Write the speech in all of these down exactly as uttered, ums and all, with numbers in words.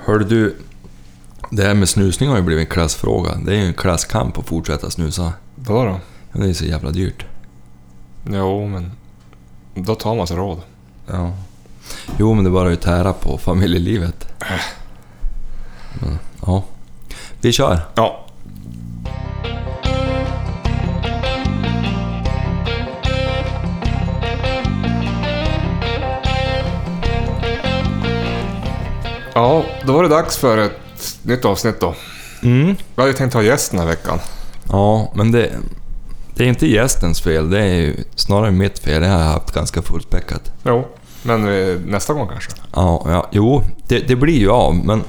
Hörde du, det här med snusning har ju blivit en klassfråga. Det är ju en klasskamp att fortsätta snusa. Vadå då? Det är så jävla dyrt. Jo, men då tar man sig råd. Ja. Jo, men det bara är ju tära på familjelivet. Äh. Men, ja. Vi kör. Ja. Ja, då var det dags för ett nytt avsnitt då. Mm. Jag hade tänkt ha gäst den här veckan. Ja, men det, det är inte gästens fel. Det är ju snarare mitt fel. Jag har haft ganska fullspäckat. Jo, men nästa gång kanske. Ja, ja jo, det, det blir ju av. Men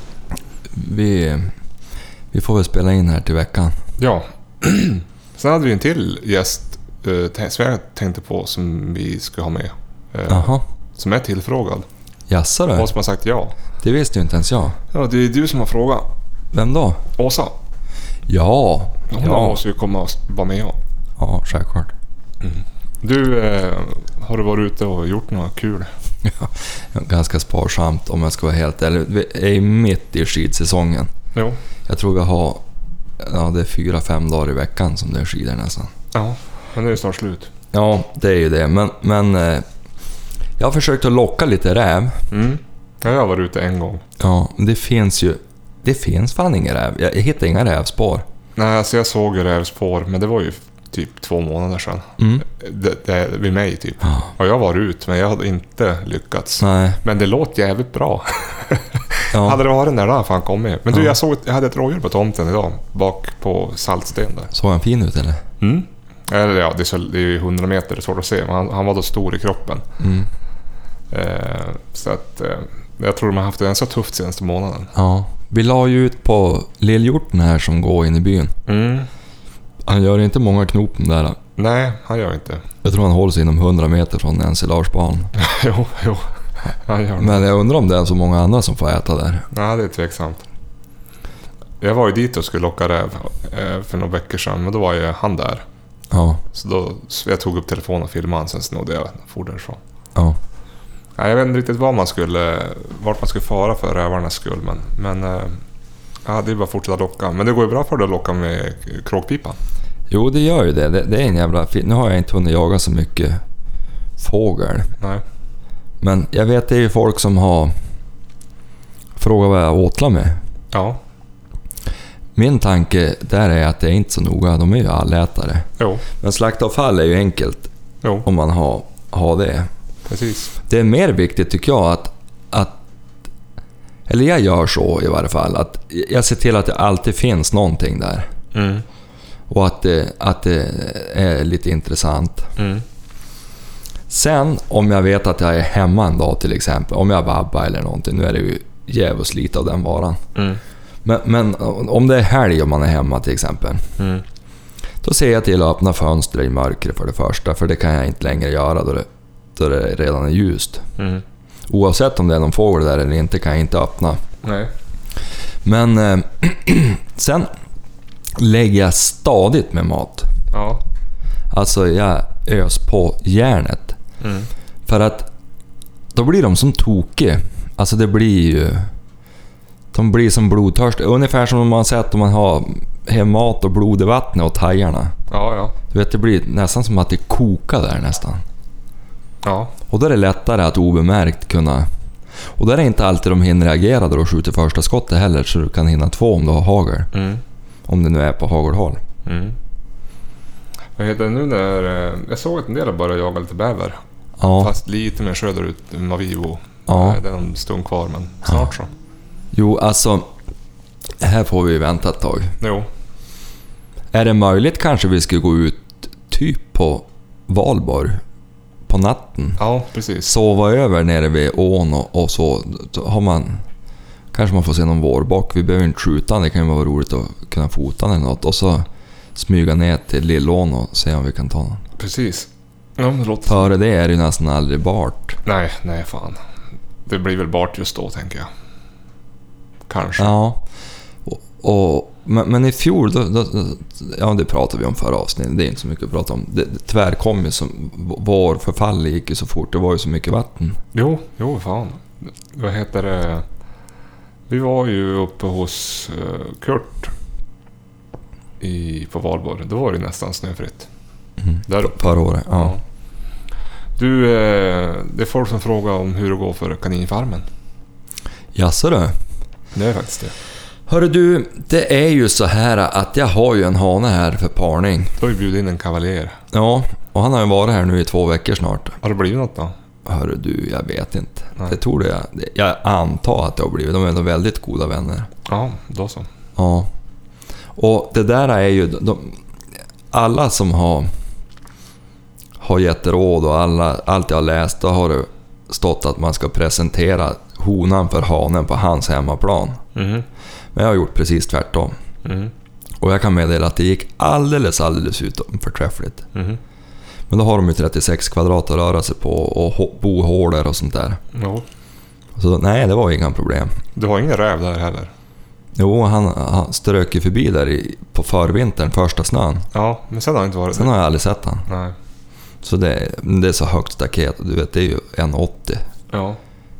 vi, vi får väl spela in här till veckan. Ja. Sen hade vi en till gäst eh, som jag tänkte på som vi skulle ha med. Eh, Jaha. Som är tillfrågad. Jaså du? Och som har sagt ja. Det visste ju inte ens jag. Ja, det är du som har frågat. Vem då? Åsa. Ja. Hon Ja, måste ju komma och vara med. Ja. ja självklart. Mm. Du, eh, har du varit ute och gjort något kul? Ja, ganska sparsamt om jag ska vara helt ärlig. Vi är mitt i skidsäsongen. Jo. Jag tror vi har ja, det är fyra, fem dagar i veckan som det är skidor nästan. Ja, men det är ju snart slut. Ja, det är ju det. Men, men eh, jag har försökt att locka lite räv. Mm. Ja, jag har varit ute en gång. Ja, det finns ju... Det finns fan inga räv. Jag, jag hittar inga rävspår. Nej, alltså jag såg rävspår, men det var ju typ två månader sedan. Mm. Det, det, vid mig typ. Ja. Och jag var ut, men jag hade inte lyckats. Nej. Men det låter jävligt bra. Ja. Hade det varit när han fan kom med. Men du, Ja. jag såg jag hade ett rådjur på tomten idag. Bak på Saltsten där. Såg han fin ut eller? Mm. Eller ja, det är, så, det är ju hundra meter, det är svårt att se. Men han, han var då stor i kroppen. Mm. Eh, så att... Eh, jag tror de har haft det en så tufft senaste månaden. Ja. Vi la ju ut på lillhjorten här som går in i byn. Mm. Han gör inte många knopen där. Nej, han gör inte. Jag tror han håller sig inom hundra meter från ensilagebanan. jo, jo. Han gör det. Men jag undrar om det är så många andra som får äta där. Nej, det är tveksamt. Jag var ju dit och skulle locka räv eh, för några veckor sedan. Men då var ju han där. Ja. Så då så jag tog upp telefonen och filmade han. Sen snodde jag for därifrån. Ja. Nej, jag vet inte riktigt vad man skulle, vart man skulle fara för rävarnas skull. Men, men eh, ja, det är bara att fortsätta locka. Men det går ju bra för dig att locka med kråkpipan. Jo, det gör ju det. Det, det är en jävla... Nu har jag inte hunnit jaga så mycket fågel. Nej. Men jag vet det är ju folk som har frågat vad jag åtlar med. Ja. Min tanke där är att det är inte så noga. De är ju allätare. Jo. Men slaktavfall är ju enkelt Jo. om man har, har det. Precis. Det är mer viktigt tycker jag att, att... Eller jag gör så i varje fall. Att jag ser till att det alltid finns någonting där. Mm. Och att det, att det är lite intressant. Mm. Sen om jag vet att jag är hemma en dag till exempel. Om jag vabbar eller någonting. Nu är det ju jävligt lite av den varan. Mm. Men, men om det är helg och man är hemma till exempel. Mm. Då ser jag till att öppna fönster i mörkret för det första. För det kan jag inte längre göra då det, då det redan är ljust. Mm. Oavsett om det är någon fågel där eller inte kan jag inte öppna. Nej. Men eh, sen lägger jag stadigt med mat. Ja. Alltså jag ös på järnet. Mm. För att då blir de som tokiga. Alltså det blir ju... De blir som blodtörst. Ungefär som om man sett om man har mat och blod i vattnet och tajarna. Ja, ja. Du vet, det blir nästan som att det kokar där nästan. Ja. Och då är det lättare att obemärkt kunna... Och då är det inte alltid de hinner reagera då och skjuter första skottet heller. Så du kan hinna två om du har hagel. Mm. Om det nu är på hagelhåll. Mm. Vad heter det nu när... Jag såg att en del började jaga lite bäver. Ja. Fast lite mer söderut än vad vi bor. Ja. Det är en stund kvar, men snart så. Jo, alltså... Här får vi vänta ett tag. Jo. Är det möjligt kanske vi ska gå ut typ på Valborg på natten? Ja, precis. Sova över nere vid ån och, och så, så har man... Kanske man får se någon vårbock. Vi behöver inte skjuta, det kan ju vara roligt att kunna fota eller något. Och så smyga ner till Lillån och se om vi kan ta någon. Precis. Ja, det låter... Före det är det ju nästan aldrig bart. Nej, nej fan. Det blir väl bart just då, tänker jag. Kanske. Ja. Och, och, men, men i fjol, då, då, ja det pratade vi om förra avsnittet. Det är inte så mycket att prata om. Det, det tvärkom ju som... Vår förfall gick ju så fort. Det var ju så mycket vatten. Jo, jo fan. Vad heter det? Vi var ju uppe hos uh, Kurt i, på Valborg. Då var det nästan snöfritt. Mm. Där uppe. Förra året, ja. Ja. Du, uh, det är folk som frågar om hur det går för kaninfarmen. Jaså du? Det är faktiskt det. Hörru du, det är ju så här att jag har ju en hane här för parning. Du har ju bjudit in en kavaljer. Ja, och han har ju varit här nu i två veckor snart. Har det blivit något då? Hörru du, jag vet inte. Nej. Det tror det jag. Jag antar att det har blivit. De är ändå väldigt goda vänner. Ja, då så. Ja. Och det där är ju... De, alla som har, har gett råd och alla, allt jag har läst, då har det stått att man ska presentera honan för hanen på hans hemmaplan. Mm. Men jag har gjort precis tvärtom. Mm. Och jag kan meddela att det gick alldeles, alldeles utom förträffligt. Mm. Men då har de ju trettiosex kvadrat att röra sig på och bohålor och sånt där. Jo. Så nej, det var inga problem. Du har ingen räv där heller? Jo, han, han strök ju förbi där i, på förvintern, första snön. Ja, men sen har jag inte varit Sen där. har jag aldrig sett han. Nej. Så det, det är så högt staket, du vet, det är ju en åttio. Ja.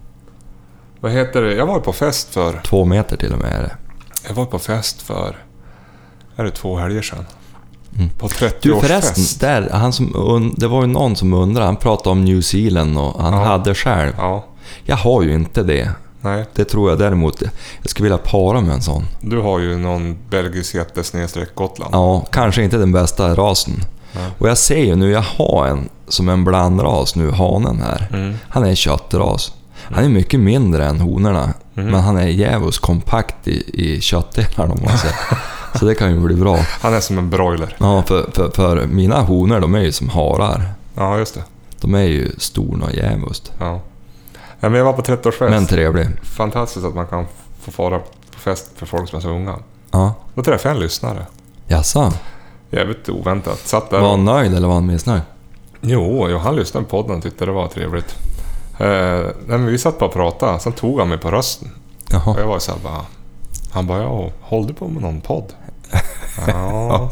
Vad heter det? Jag var på fest för... Två meter till och med är det. Jag var på fest för... Är det två helger sedan? Mm. På Du trettio-årsfest. förresten, där, han som, und, det var ju någon som undrade, han pratade om New Zealand och han Ja. hade själv. Ja. Jag har ju inte det. Nej. Det tror jag däremot. Jag skulle vilja para med en sån. Du har ju någon belgisk jätte snedstreck Gotland. Ja, kanske inte den bästa rasen. Nej. Och jag ser ju nu, jag har en som en blandras nu, hanen här. Mm. Han är köttras. Han är mycket mindre än honorna. Mm. Men han är jävligt kompakt i, i köttdelarna om man säger. Så det kan ju bli bra. Han är som en broiler. Ja, för, för, för mina honor, de är ju som harar. Ja, just det. De är ju stora och jävligt. Ja. Ja, men jag var på trettio-årsfest. Men trevlig. Fantastiskt att man kan få fara på fest för folk som är så unga. Ja. Då träffade jag en lyssnare. Jaså? Jävligt oväntat. Satt där Var och... han nöjd eller var han missnöjd? Jo, jo, han lyssnade på podden och tyckte det var trevligt. Eh, nej, men vi satt bara och pratade. Sen tog han mig på rösten. Och Jaha. jag var så här bara... Han bara, ja, håll du på med någon podd? Ja...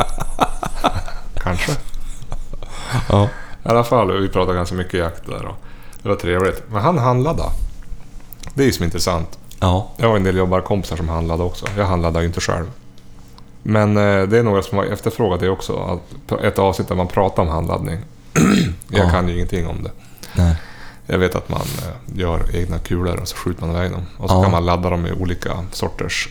Kanske. Ja. I alla fall, vi pratade ganska mycket jakt där och det var trevligt. Men han handlade. Det är ju som intressant. Ja. Jag har en del jobbarkompisar som handlade också. Jag handlade ju inte själv. Men eh, det är några som har efterfrågat det också. Att ett avsnitt där man pratar om handladdning. Jag Ja. kan ju ingenting om det. Nej. Jag vet att man eh, gör egna kulor och så skjuter man iväg dem. Och så Ja. kan man ladda dem med olika sorters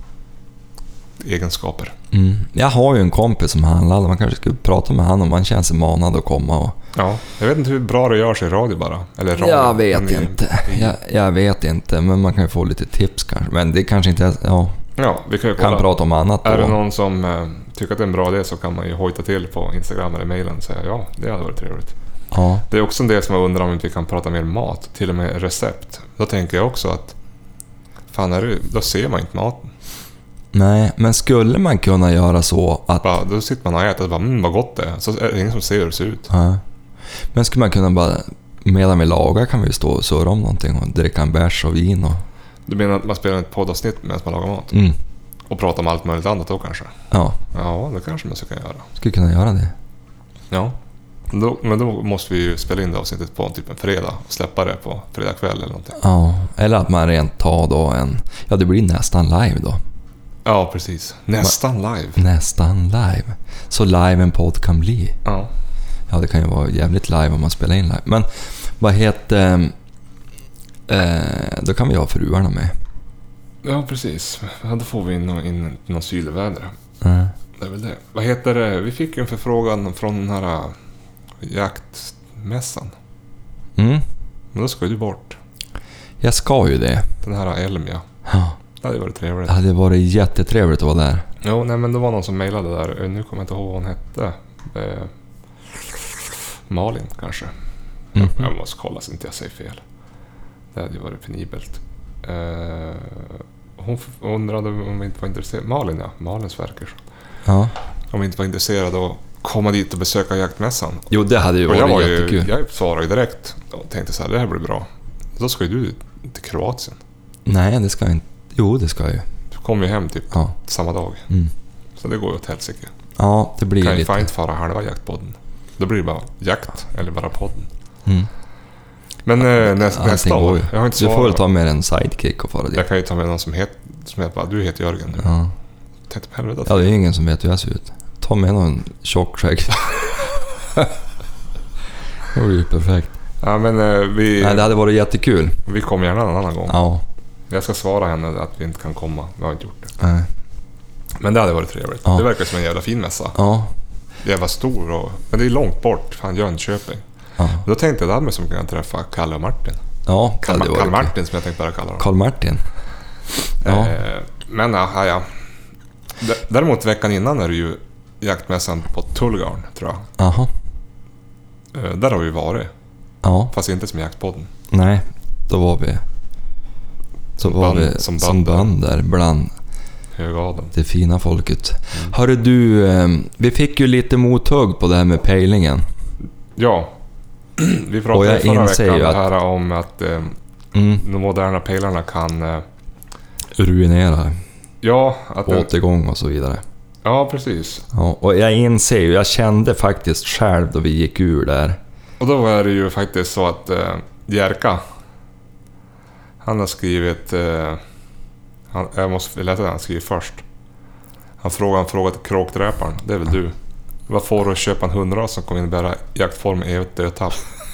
egenskaper. Mm. Jag har ju en kompis som handlar. Man kanske skulle prata med han om man känns sig manad att komma. Och... Ja, jag vet inte hur bra det görs i radio bara. Eller radio. Jag vet Men i- inte. i- Jag, jag vet inte, men man kan ju få lite tips kanske. Men det kanske inte är... Ja, Ja, vi kan ju kan kolla. prata om annat då. Är det någon som eh, tycker att det är en bra idé så kan man ju hojta till på Instagram eller mailen och säga ja, det hade varit trevligt. Ja. Det är också en del som har undrat om inte vi kan prata mer mat, till och med recept. Då tänker jag också att fan är det, då ser man inte maten. Nej, men skulle man kunna göra så att... Bara, då sitter man och äter och bara mm, vad gott det är. Så är det ingen som ser hur det ser ut. Ja. Men skulle man kunna bara... Medan vi lagar kan vi stå och surra om någonting och dricka en bärs och vin och... Du menar att man spelar ett poddavsnitt medan man lagar mat? Mm. Och pratar om allt möjligt annat då kanske? Ja, Ja, det kanske man ska kunna göra. skulle kunna göra det. Ja. Då, men då måste vi ju spela in det avsnittet på typ en fredag och släppa det på fredag kväll eller någonting. Ja, eller att man rent tar då en... Ja, det blir nästan live då. Ja, precis. Nästan live. Nästan live. Så live en podd kan bli. Ja. Ja, det kan ju vara jävligt live om man spelar in live. Men vad heter... Eh, då kan vi ha fruarna med. Ja, precis. Ja, då får vi in, in någon sylväder. Mm. Det är väl det. Vad heter det? Vi fick ju en förfrågan från den här äh, jaktmässan. Mm. Men då ska ju du bort. Jag ska ju det. Den här Elmia. Ja. Det hade varit trevligt. Det hade varit jättetrevligt att vara där. Jo, nej men det var någon som mejlade där. Nu kommer jag inte ihåg vad hon hette. Eh, Malin kanske. Mhm. Jag måste kolla så inte jag säger fel. Det hade ju varit penibelt. Eh, hon f- undrade om vi inte var intresserade. Malin ja, Malins verkar. Ja. Om vi inte var intresserade att komma dit och besöka jaktmässan. Jo, det hade ju Och jag, varit var ju, jättekul. jag svarade ju direkt och tänkte så här, det här blir bra. Då ska ju du till Kroatien. Nej, det ska jag inte. Jo, det ska jag ju. Du kommer ju hem typ Ja. samma dag. Mm. Så det går ju åt helsike. Ja, det blir Kan ju lite... fan inte fara halva jaktpodden. Då blir det bara jakt eller bara podden. Mm. Men eh, näst, Allting nästa går år, ju. jag har inte Du får svarat. väl ta med en sidekick och fara dit. Jag kan ju ta med någon som heter, som heter bara, du heter Jörgen nu. Ja. Tätt på helvete. Ja, det är ingen som vet hur jag ser ut. Ta med någon tjockskägg. Det vore ju perfekt. Ja, men eh, vi, Nej, det hade varit jättekul. vi kommer gärna en annan gång. Ja. Jag ska svara henne att vi inte kan komma. Vi har inte gjort det. Nej. Men det hade varit trevligt. Ja. Det verkar som en jävla fin mässa. Ja. Det var stor och... Men det är långt bort. Fan, Jönköping. Ja. Då tänkte jag att man som kan träffa Kalle och Martin. Ja, Karl, det var Karl kul. Martin som jag tänkte bara kalla dem. Karl Martin. Ja. Eh, men ja, ja. D- Däremot veckan innan är det ju jaktmässan på Tullgarn, tror jag. Aha. Eh, där har vi varit. Ja. Fast inte som jaktpodden. Nej, då var vi... Så var band- vi som som band. bönder bland Högaden. det fina folket. Mm. Hörru du, eh, vi fick ju lite mothugg på det här med pejlingen. Ja. Vi Och pratade jag förra inser veckan ju det att- här om att eh, Mm. de moderna pejlarna kan... Eh, Ruinera ja, att den, återgång och så vidare. ja, precis. Ja, och jag inser ju, jag kände faktiskt själv då vi gick ur där. Och då var det ju faktiskt så att eh, Jerka, han har skrivit... Eh, han, jag måste läsa det han skrivit först. Han frågade en fråga till kråkdräparen. Det är väl du. Vad får du att köpa en hundras som kommer innebära jaktform i evigt dödtapp?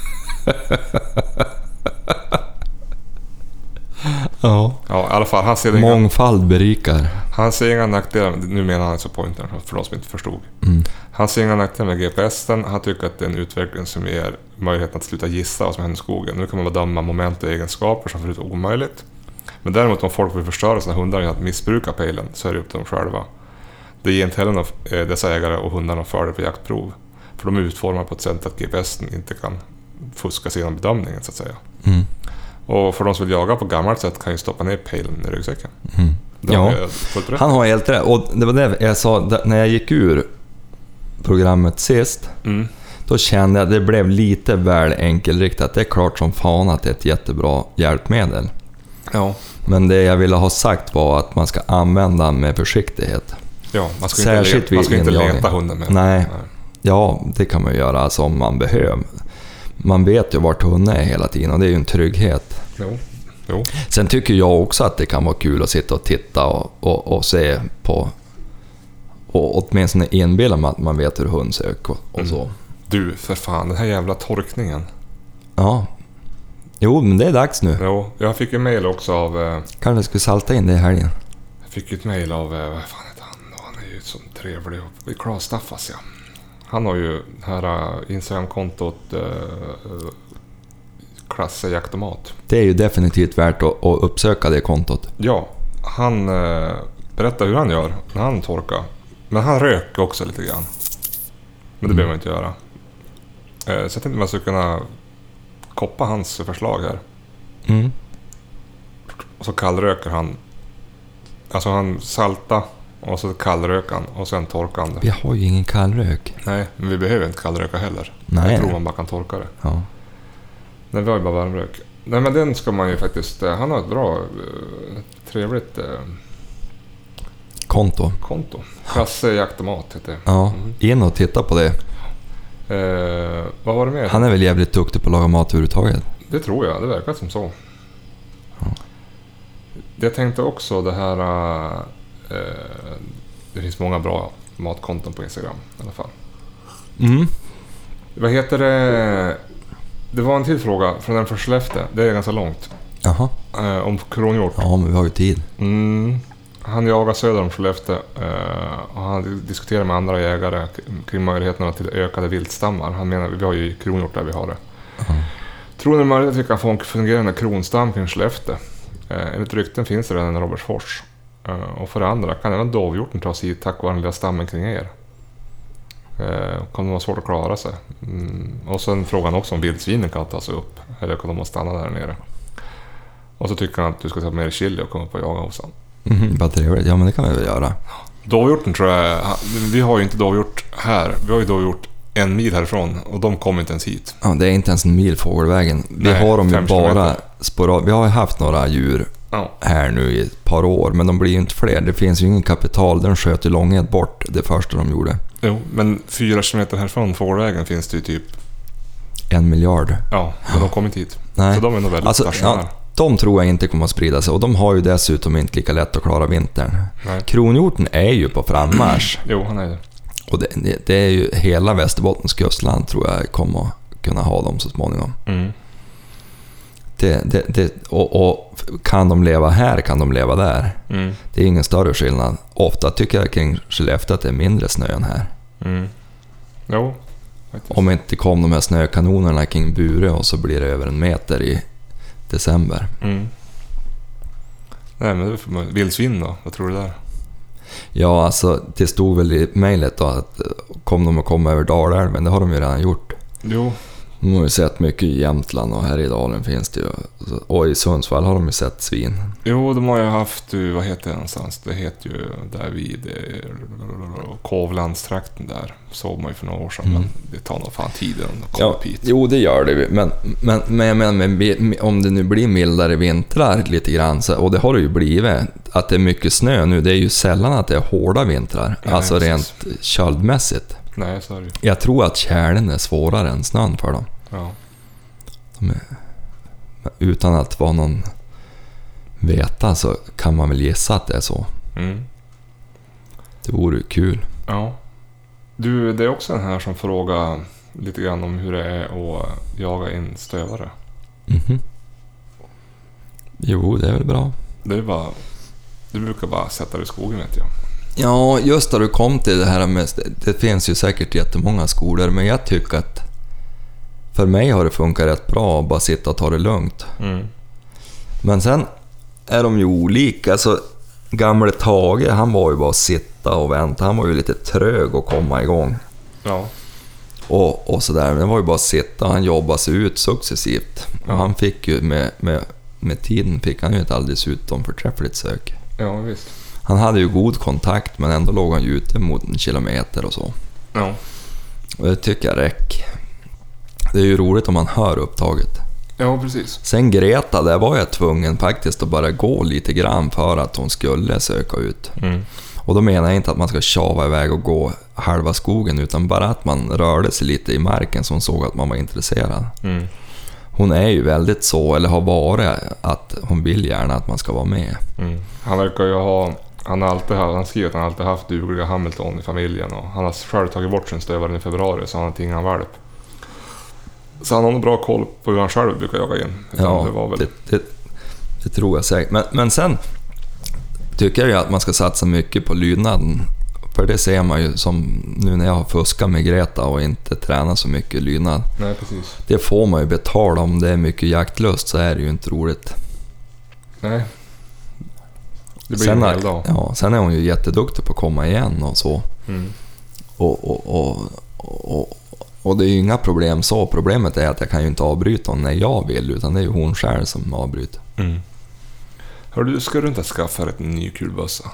Ja. Ja, i alla fall. Han ser, inga, Mångfald berikar. han ser inga nackdelar. Nu menar han alltså pointern, för de som inte förstod. Mm. Han ser inga nackdelar med G P S-en. Han tycker att det är en utveckling som ger möjligheten att sluta gissa vad som händer i skogen. Nu kan man bedöma moment och egenskaper som förut var omöjligt. Men däremot om folk vill förstöra sina hundar genom att missbruka pejlen så är det upp till dem själva. Det ger inte heller någon, eh, dessa ägare och hundarna för det på jaktprov. För de är utformade på ett sätt att G P S-en inte kan fuska sig genom bedömningen, så att säga. Mm. Och för de som vill jaga på gammalt sätt kan ju stoppa ner pejlen i ryggsäcken. Mm. Det Ja. är fullt rätt. Han har helt rätt. Och det var det jag sa d- när jag gick ur programmet sist. Mm. Då kände jag att det blev lite väl enkelriktat. Det är klart som fan att det är ett jättebra hjälpmedel. Ja. Men det jag ville ha sagt var att man ska använda med försiktighet. Ja, man ska Särskilt inte, le- man ska vid inte injagning. leta hunden med. Nej. Ja, det kan man göra som man behöver. Man vet ju vart hunden är hela tiden och det är ju en trygghet. Jo. Jo. Sen tycker jag också att det kan vara kul att sitta och titta och, och, och se på... Och åtminstone inbilla mig att man vet hur hund söker och, och så. Du, för fan, den här jävla torkningen. Ja. Jo, men det är dags nu. Jo, jag fick ju mail också av... Eh, Kanske skulle salta in det i helgen. jag fick ju ett mail av... Eh, vad fan heter han? Han är ju så trevlig. Claes Staffas, ja. Han har ju det här uh, Instagram-kontot uh, uh, Klasse Jakt och Mat. Det är ju definitivt värt att, att uppsöka det kontot. Ja, han uh, berättar hur han gör när han torkar. Men han röker också lite grann. Men det Mm. behöver man inte göra. Uh, så jag tänkte man skulle kunna koppa hans förslag här. Mm. Och så kallröker han. Alltså han salta och så kallröker han och sen torkar han det. Vi har ju ingen kallrök. Nej, men vi behöver inte kallröka heller. Nej. Jag tror man bara kan torka det. Ja. Nej, vi har ju bara varmrök. Nej, men den ska man ju faktiskt... Han har ett bra, eh, trevligt eh, Konto. konto. Klasse Jakt och Mat heter det. Ja. Mm. In och titta på det. Eh, vad var det mer? Han är väl jävligt duktig på att laga mat överhuvudtaget. Det tror jag, det verkar som så. Ja. Jag tänkte också det här... Eh, det finns många bra matkonton på Instagram i alla fall. Mm. Vad heter det? Det var en till fråga från den för Skellefteå. Det är ganska långt. Jaha. Eh, om kronhjort. Ja, men vi har ju tid. Mm. Han jagar söder om Skellefteå eh, och han diskuterar med andra jägare k- kring möjligheterna till ökade viltstammar. Han menar, vi har ju kronhjort där vi har det. Ja. Tror ni det är möjligt att vi kan få en fungerande kronstam kring Skellefteå? Eh, enligt rykten finns det redan i Robertsfors. Eh, och för det andra, kan även dovhjorten ta sig hit tack vare den lilla stammen kring er? Eh, kommer det vara svårt att klara sig? Mm. Och sen frågan också om vildsvinen kan ta sig upp. Eller kan de stanna där nere? Och så tycker han att du ska ta med dig chili och komma på och jaga hos honom. Mhm, vad trevligt. Ja, men det kan vi väl göra. Dovhjorten tror jag... Vi har ju inte dovhjort här. Vi har ju dovhjort en mil härifrån och de kommer inte ens hit. Ja, det är inte ens en mil fågelvägen. Vi Nej, har dem ju fem bara kilometer. sporad. Vi har ju haft några djur Ja. här nu i ett par år, men de blir ju inte fler. Det finns ju ingen kapital. Den sköt ju Långed bort det första de gjorde. Jo, men fyra kilometer härifrån fågelvägen finns det ju typ en miljard. Ja, men de kommer inte hit. Nej. Så de är nog väldigt Alltså, stationära. ja, de tror jag inte kommer att sprida sig och de har ju dessutom inte lika lätt att klara vintern. Nej. Kronhjorten är ju på frammarsch. Jo, han är det. Och det, det, det är ju hela Västerbottens kustland tror jag kommer att kunna ha dem så småningom. Mm. Det, det, det, och, och kan de leva här kan de leva där. Mm. Det är ingen större skillnad. Ofta tycker jag kring Skellefteå att det är mindre snö än här. Mm. Jo, faktiskt. Om inte kom de här snökanonerna kring Bure och så blir det över en meter i december. Mm. Nej, men det får man... Vildsvin då? Vad tror du där? Ja, alltså det stod väl i mejlet då att kom de att komma över Dalälven, det har de ju redan gjort. Jo. De har ju sett mycket i Jämtland och här i Dalen finns det ju. Och i Sundsvall har de ju sett svin. Jo, de har ju haft, vad heter det någonstans? Det heter ju där vid eh, Kovlandstrakten där. Såg man ju för några år sedan, mm. men det tar nog fan tiden att komma Ja, hit. jo, det gör det. Men, men, men, men, men om det nu blir mildare vintrar lite grann, så, och det har det ju blivit, att det är mycket snö nu, det är ju sällan att det är hårda vintrar. Nej, alltså rent köldmässigt. Nej, så är det ju. Jag tror att kärlen är svårare än snön för dem. Ja. De är, utan att vara någon veta så kan man väl gissa att det är så. Mm. Det vore ju kul. Ja. Du, det är också en här som frågar lite grann om hur det är att jaga in stövare. Mm-hmm. Jo, det är väl bra. Det är bara... Du brukar bara sätta dig i skogen, vet jag. Ja, just då du kom till det här med... Det finns ju säkert jättemånga skolor, men jag tycker att för mig har det funkat rätt bra att bara sitta och ta det lugnt. Mm. Men sen är de ju olika. Så gamle Tage, han var ju bara att sitta och vänta. Han var ju lite trög att komma igång. Ja. Och, och sådär. Men det var ju bara att sitta. Han jobbade sig ut successivt. Ja. Och han fick ju med, med, med tiden fick han ju ett alldeles utom förträffligt sök. Ja, visst. Han hade ju god kontakt, men ändå låg han ju ute mot en kilometer och så. Ja. Och det tycker jag räck. Det är ju roligt om man hör upptaget. Ja, precis. Sen Greta, där var jag tvungen faktiskt att bara gå lite grann för att hon skulle söka ut. Mm. Och då menar jag inte att man ska tjava iväg och gå halva skogen, utan bara att man rörde sig lite i marken så hon såg att man var intresserad. Mm. Hon är ju väldigt så, eller har varit, att hon vill gärna att man ska vara med. Mm. Han verkar ju ha... Han har alltid haft, han skriver att han alltid haft dugliga Hamilton i familjen och han har själv tagit bort sin stövare i februari så han har tingat valp. Så han har nog bra koll på hur han själv brukar jaga in. Ja, det, var väl... det, det, det tror jag säkert. Men, men sen tycker jag ju att man ska satsa mycket på lydnaden. För det ser man ju som nu när jag har fuskat med Greta och inte tränat så mycket lydnad. Nej, precis. Det får man ju betala. Om det är mycket jaktlust så är det ju inte roligt. Nej. Det blir sen, en är, hel dag. ja, sen är hon ju jätteduktig på att komma igen och så. Mm. Och, och, och, och, och det är ju inga problem så. Problemet är att jag kan ju inte avbryta hon när jag vill, utan det är ju hon själv som avbryter. Mm. Hör du, ska du inte skaffa ett ny kulbössa?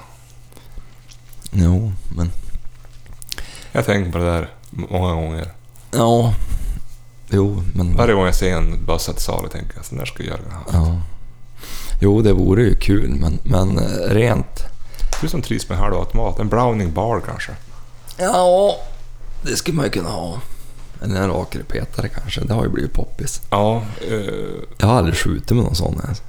Jo, men... Jag tänker på det där många gånger. Ja, jo, men... Varje gång jag ser en bössa till salu tänker jag, så när ska jag göra det här? Ja. Jo, det vore ju kul, men, men rent... Du som trivs med halvautomat, en Browning Bar kanske? Ja, det skulle man ju kunna ha. Eller en rakrepetare kanske, det har ju blivit poppis. Ja. Eh, jag har aldrig skjutit med någon sån ens.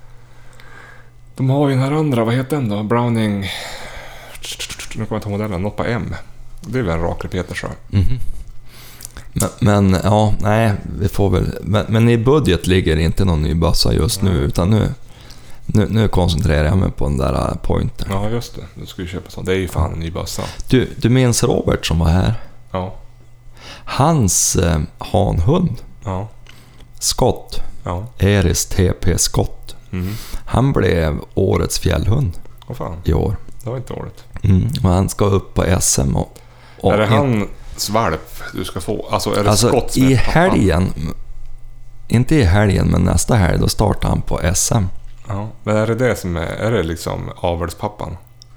De har ju den här andra, vad heter den då? Browning... Nu kommer jag inte ihåg modellen, något på M. Det är väl en rakrepetare så. Mm-hmm. Men, men ja, nej, vi får väl... Men, men i budget ligger det inte någon ny bössa just nu, utan nu... Nu, nu koncentrerar jag mig på den där pointern. Ja, just det. Du ska ju köpa sån. Det är ju fan en ny bössa. Du, du minns Robert som var här? Ja. Hans eh, hanhund, Ja. Scott, Ja. Eris T P Scott. Mm. Han blev årets fjällhund Vad fan. i år. Det var inte dåligt. Mm. Och han ska upp på S M. Och, och är det in, hans valp du ska få? Alltså är det alltså, Scott som i är pappan? helgen, inte i helgen, men nästa helg, då startar han på S M. Ja. Men är det det som är, är det liksom avelspappan?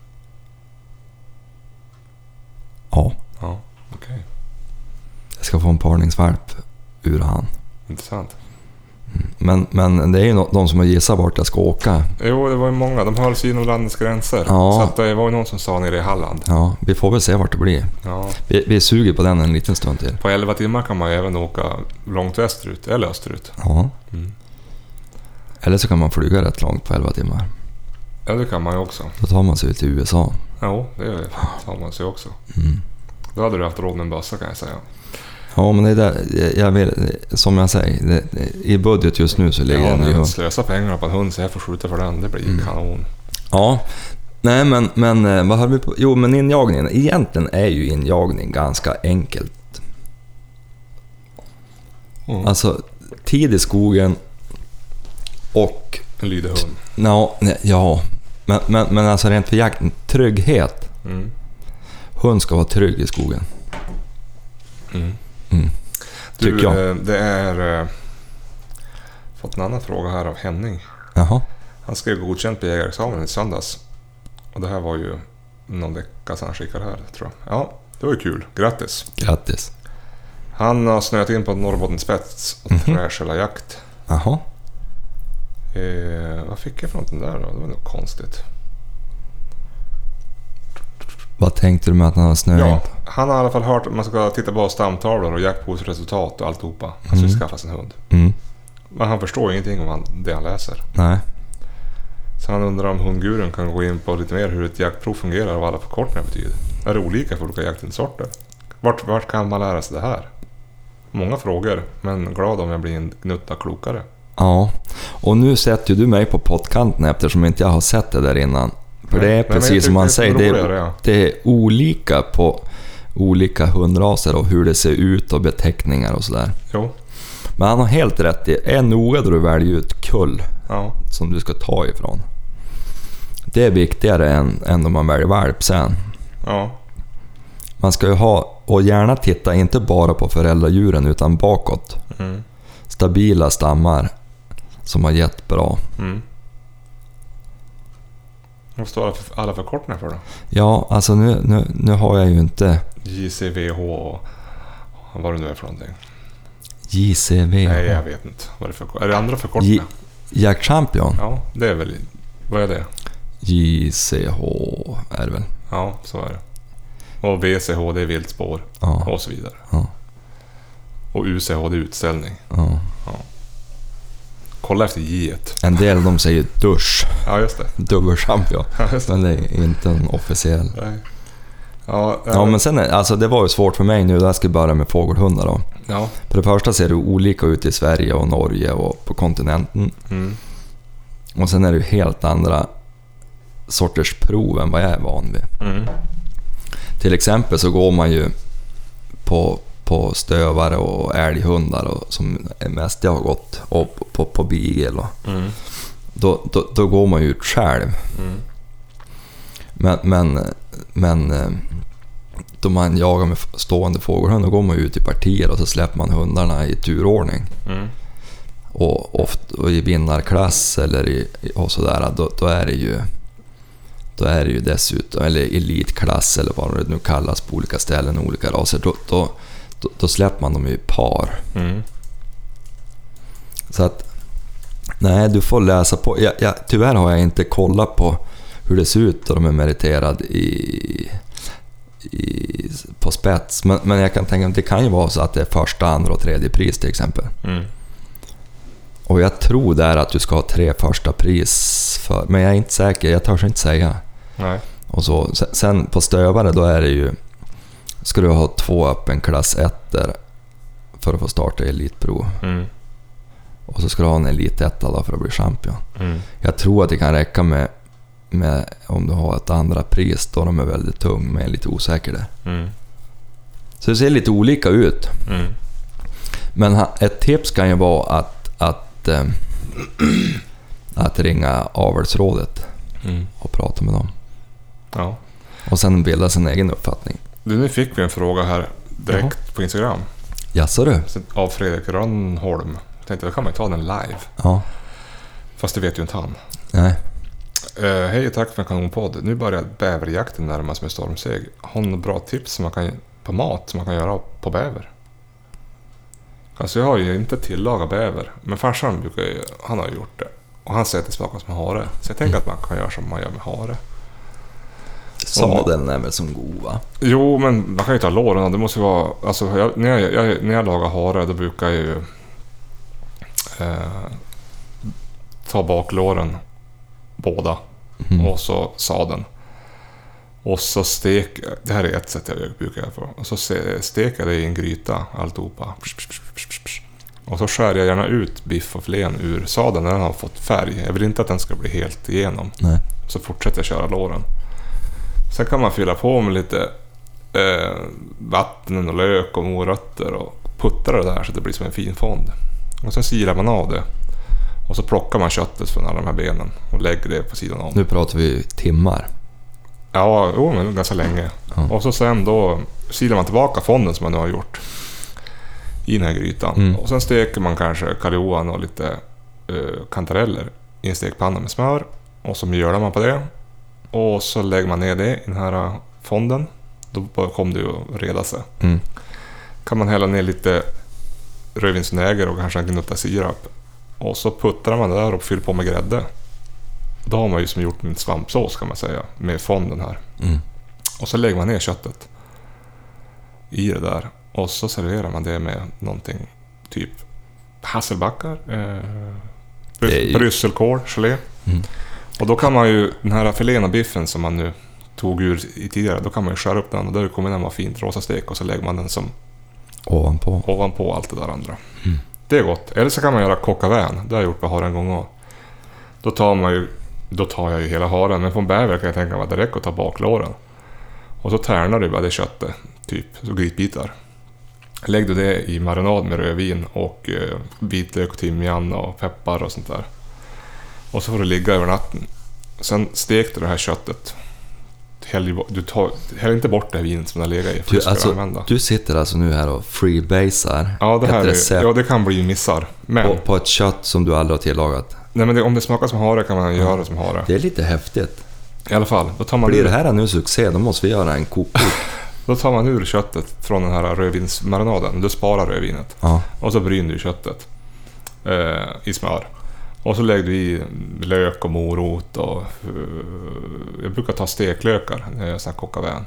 Ja, Ja, okej. Okay. jag ska få en parningsvalp ur han. Intressant. Men, men det är ju de som har gissat vart jag ska åka. Jo, det var ju många. De höll sig inom landets gränser. Ja. Så att det var ju någon som sa nere i Halland. Ja, vi får väl se vart det blir. Ja. Vi, vi suger på den en liten stund till. På elva timmar kan man ju även åka långt västerut eller österut. Ja. Mm. Eller så kan man flyga rätt långt på elva timmar. Ja, det kan man ju också. Då tar man sig ut till U S A. Jo, det tar man sig också. Mm. Då hade du haft råd med en bössa, kan jag säga. Ja, men det är där, jag vill, som jag säger, det, i budget just nu så ligger Ja, en ny men hund. slösa pengar på en hund så jag får skjuta för den, det blir mm. kanon. Ja, nej men, men vad har vi på? Jo, men injagningen, egentligen är ju injagning ganska enkelt. Mm. Alltså, tid i skogen och... En lydig hund. No, nej, ja, men, men, men alltså rent för jakten, trygghet. Mm. Hund ska vara trygg i skogen. Mm. Mm. Du, jag. det är... Äh, fått en annan fråga här av Henning. Jaha. Han skrev godkänt på jägarexamen i söndags. Och det här var ju någon vecka sedan han skickade här, tror jag. Ja, det var ju kul. Grattis. Grattis. Han har snöat in på Norrbottens spets och Mm-hmm. träskällarjakt. Jaha. Eh, vad fick jag från den där då? Det var nog konstigt. Vad tänkte du med att han har snöat in? Ja, han har i alla fall hört att man ska titta på stamtavlor och jaktboksresultat och alltihopa. Alltså Mm. skaffa sin hund. Mm. Men han förstår ingenting om han, det han läser. Nej. Så han undrar om hundguren kan gå in på lite mer hur ett jaktprov fungerar och vad alla förkortningar betyder. Är det olika för olika jakthundsorter? Vart, vart kan man lära sig det här? Många frågor, men glad om jag blir en gnutta klokare. Ja, och nu sätter ju du mig på pottkanten eftersom inte jag har sett det där innan. För det är Nej, precis som man säger, det är, ja. det är olika på olika hundraser och hur det ser ut och beteckningar och sådär. Jo. Men han har helt rätt i, är noga då du väljer ut kull Ja. som du ska ta ifrån. Det är viktigare än, än om man väljer valp sen. Ja. Man ska ju ha, och gärna titta inte bara på föräldradjuren utan bakåt. Mm. Stabila stammar som har gett bra. Mm. Vad står alla, för, alla förkortningar för då? Ja, alltså nu, nu, nu har jag ju inte... J C V H och vad det nu är för någonting. J C V. Nej, jag vet inte. Vad det för, är det andra förkortningar? J- Jack Champion. Ja, det är väl... Vad är det? J C H är det väl. Ja, så är det. Och V C H, det är viltspår. Ja. Och så vidare. Ja. Och U C H, det är utställning. Ja. Kolla efter J-et. En del av dem säger dusch. Ja, just det. Dubbelchampion. Ja, just det. Men det är inte en officiell. Nej. Ja, Ja, men sen är, alltså det var ju svårt för mig nu. Där ska jag börja med fågelhundar då. Ja. För det första ser det olika ut i Sverige och Norge och på kontinenten. Mm. Och sen är det ju helt andra sorters prov än vad jag är van vid. Mm. Till exempel så går man ju på, på stövare och älghundar och, som är mest jag har gått, och på, på, på beagle. Och, Mm. då, då, då går man ju ut själv. Mm. Men, men, men då man jagar med stående fågelhund, då går man ut i partier och så släpper man hundarna i turordning. Mm. Och, ofta, och i vinnarklass eller i, och sådär, då, då är det ju då är det ju dessutom, eller elitklass eller vad det nu kallas på olika ställen och olika raser, då, då, då, då släpper man dem i par. Mm. Så att nej, du får läsa på. Jag, jag, tyvärr har jag inte kollat på hur det ser ut då de är meriterade i, i, på spets. Men, men jag kan tänka att det kan ju vara så att det är första, andra och tredje pris till exempel. Mm. Och jag tror där att du ska ha tre första pris för, men jag är inte säker, jag törs inte säga. Nej. Och så, sen på stövare då är det ju, ska du ha två öppen klass ettor för att få starta elitprov. Mm. Och så ska du ha en elitetta då för att bli champion. Mm. Jag tror att det kan räcka med, med om du har ett andra pris då de är väldigt tung men lite osäker där. Mm. Så det ser lite olika ut. Mm. Men ett tips kan ju vara att att, äh, att ringa avelsrådet Mm. och prata med dem. Ja. Och sen bilda sin egen uppfattning. Du, nu fick vi en fråga här direkt Jaha. på Instagram. Jaså du? Av Fredrik Rönnholm. Jag tänkte, då kan man ju ta den live. Ja. Fast det vet ju inte han. Nej. Uh, hej och tack för en kanonpodd. Nu börjar bäverjakten närmas med stormseg. Har ni bra tips som man kan, på mat som man kan göra på bäver? Alltså jag har ju inte tillagat bäver. Men farsan brukar ju, han har ju gjort det. Och han säger att det smakar som hare. Så jag tänker mm. att man kan göra som man gör med hare. Sadeln är väl som god, va? Jo, men man kan ju ta låren. Det måste ju vara... Alltså jag, när, jag, jag, när jag lagar hare, då brukar jag ju... Eh, ta baklåren båda. Mm. Och så sadeln. Och så stek... Det här är ett sätt jag brukar göra för. Och så steker jag det i en gryta, alltihopa. Och så skär jag gärna ut biff och filén ur sadeln när den har fått färg. Jag vill inte att den ska bli helt igenom. Nej. Så fortsätter jag köra låren. Sen kan man fylla på med lite eh, vatten och lök och morötter och puttra det där så det blir som en fin fond. Och så silar man av det. Och så plockar man köttet från alla de här benen och lägger det på sidan om. Nu pratar vi timmar. Ja, jo, men ganska länge. Ja. Och så sen då silar man tillbaka fonden som man nu har gjort i den här grytan. Mm. Och sen steker man kanske karioan och lite uh, kantareller i en stekpanna med smör. Och så mjölar man på det. Och så lägger man ner det i den här fonden. Då kommer det ju att reda sig. Mm. Kan man hälla ner lite rödvinsvinäger och kanske en gnutta sirap. Och så puttrar man det där och fyller på med grädde. Då har man ju som gjort en svampsås kan man säga. Med fonden här. Mm. Och så lägger man ner köttet i det där. Och så serverar man det med någonting typ hasselbackar. Eh, ju... brysselkål, gelé. Mm. Och då kan man ju, den här filén och biffen som man nu tog ur i tidigare, då kan man ju skära upp den och då kommer den vara fint rosa stek och så lägger man den som ovanpå, ovanpå allt det där andra. Mm. Det är gott. Eller så kan man göra kockavän. Det har jag gjort på haren en gång också. Då tar man ju, då tar jag ju hela haren, men på en bäver kan jag tänka mig att det räcker att ta baklåren. Och så tärnar du bara det köttet, typ, så grytbitar. Lägg du det i marinad med rödvin och eh, vitlök och timjan och peppar och sånt där. Och så får du ligga över natten. Sen stek du det här köttet. Häll, du tar, häll inte bort det här vinet som det har legat i. För du, du, alltså, du sitter alltså nu här och freebasar. Ja, det här är, ja, det kan bli missar. Men, på, på ett kött som du aldrig har tillagat. Nej, men det, om det smakar som hare kan man mm. göra det som hare. Det är lite häftigt. I alla fall. Då tar man blir ur, det här nu succé, då måste vi göra en kokbok. Då tar man ur köttet från den här rödvinsmarinaden. Du sparar rödvinet. Ja. Och så bryner du köttet eh, i smör. Och så lägger du i lök och morot och uh, jag brukar ta steklökar när jag gör sån här kockavän.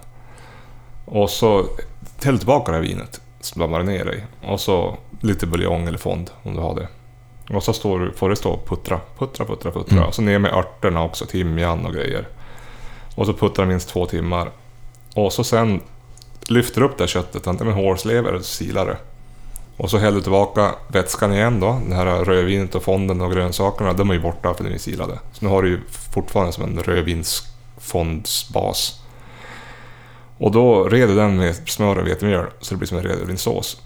Och så häller tillbaka det här vinet som du marinerar i. Och så lite buljong eller fond om du har det. Och så står du, får det stå och puttra, puttra, puttra, puttra. Mm. Och så ner med örterna också, timjan och grejer. Och så puttrar minst två timmar. Och så sen lyfter upp det här köttet, antingen med hårslever eller silare. Och så häller du tillbaka vätskan igen då. Det här rödvinet och fonden och grönsakerna, de är ju borta för de är silade. Så nu har du ju fortfarande som en rödvinsfondsbas. Och då reder den med smör och vetemjöl så det blir som en rödvinssås.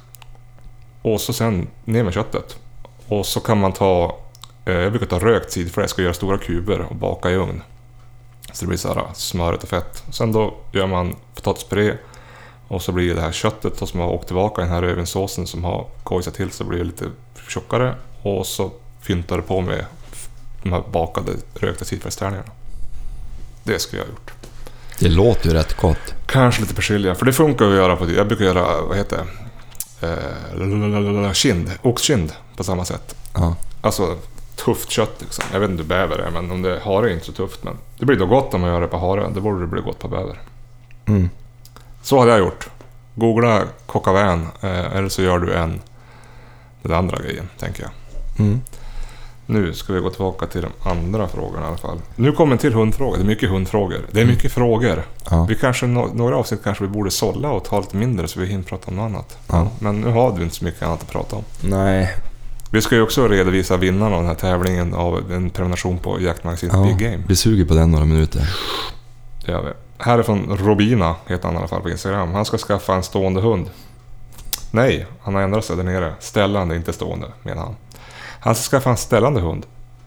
Och så sen ner med köttet. Och så kan man ta, eh, jag brukar ta rökt sidfläsk och göra stora kuber och baka i ugn. Så det blir så här smöret och fett. Sen då gör man potatispuré. Och så blir det här köttet som har åkt tillbaka i den här rödvinssåsen som har kojsat till så blir det lite tjockare. Och så fyntar det på med de här bakade rökta sidfläskstärningarna. Det ska jag ha gjort. Det låter ju rätt gott. Kanske lite persilja, för det funkar att göra på det. Jag brukar göra, vad heter det? Eh, kind, oxkind på samma sätt. Ja. Alltså tufft kött liksom. Jag vet inte hur bäver är, men om det hare är inte så tufft. Men det blir då gott om man gör det på hare. Det borde det bli gott på bäver. Mm. Så hade jag gjort. Googla kockavän, eh, eller så gör du en den andra grejen, tänker jag. Mm. Nu ska vi gå tillbaka till de andra frågorna i alla fall. Nu kommer en till hundfråga. Det är mycket hundfrågor. Det är mycket mm. frågor. Ja. Vi kanske, några avsnitt kanske vi borde sålla och ta lite mindre så vi hinner prata om något annat. Ja. Men nu har du inte så mycket annat att prata om. Nej. Vi ska ju också redovisa vinnarna av den här tävlingen av en prenumeration på jaktmagasinet ja, Big Game. Vi suger på den några minuter. Det gör vi. Här är från Robina, heter han i alla fall på Instagram. Han ska skaffa en stående hund. Nej, han har ändrat sig där nere. Ställande, inte stående, menar han. Han ska skaffa en ställande hund.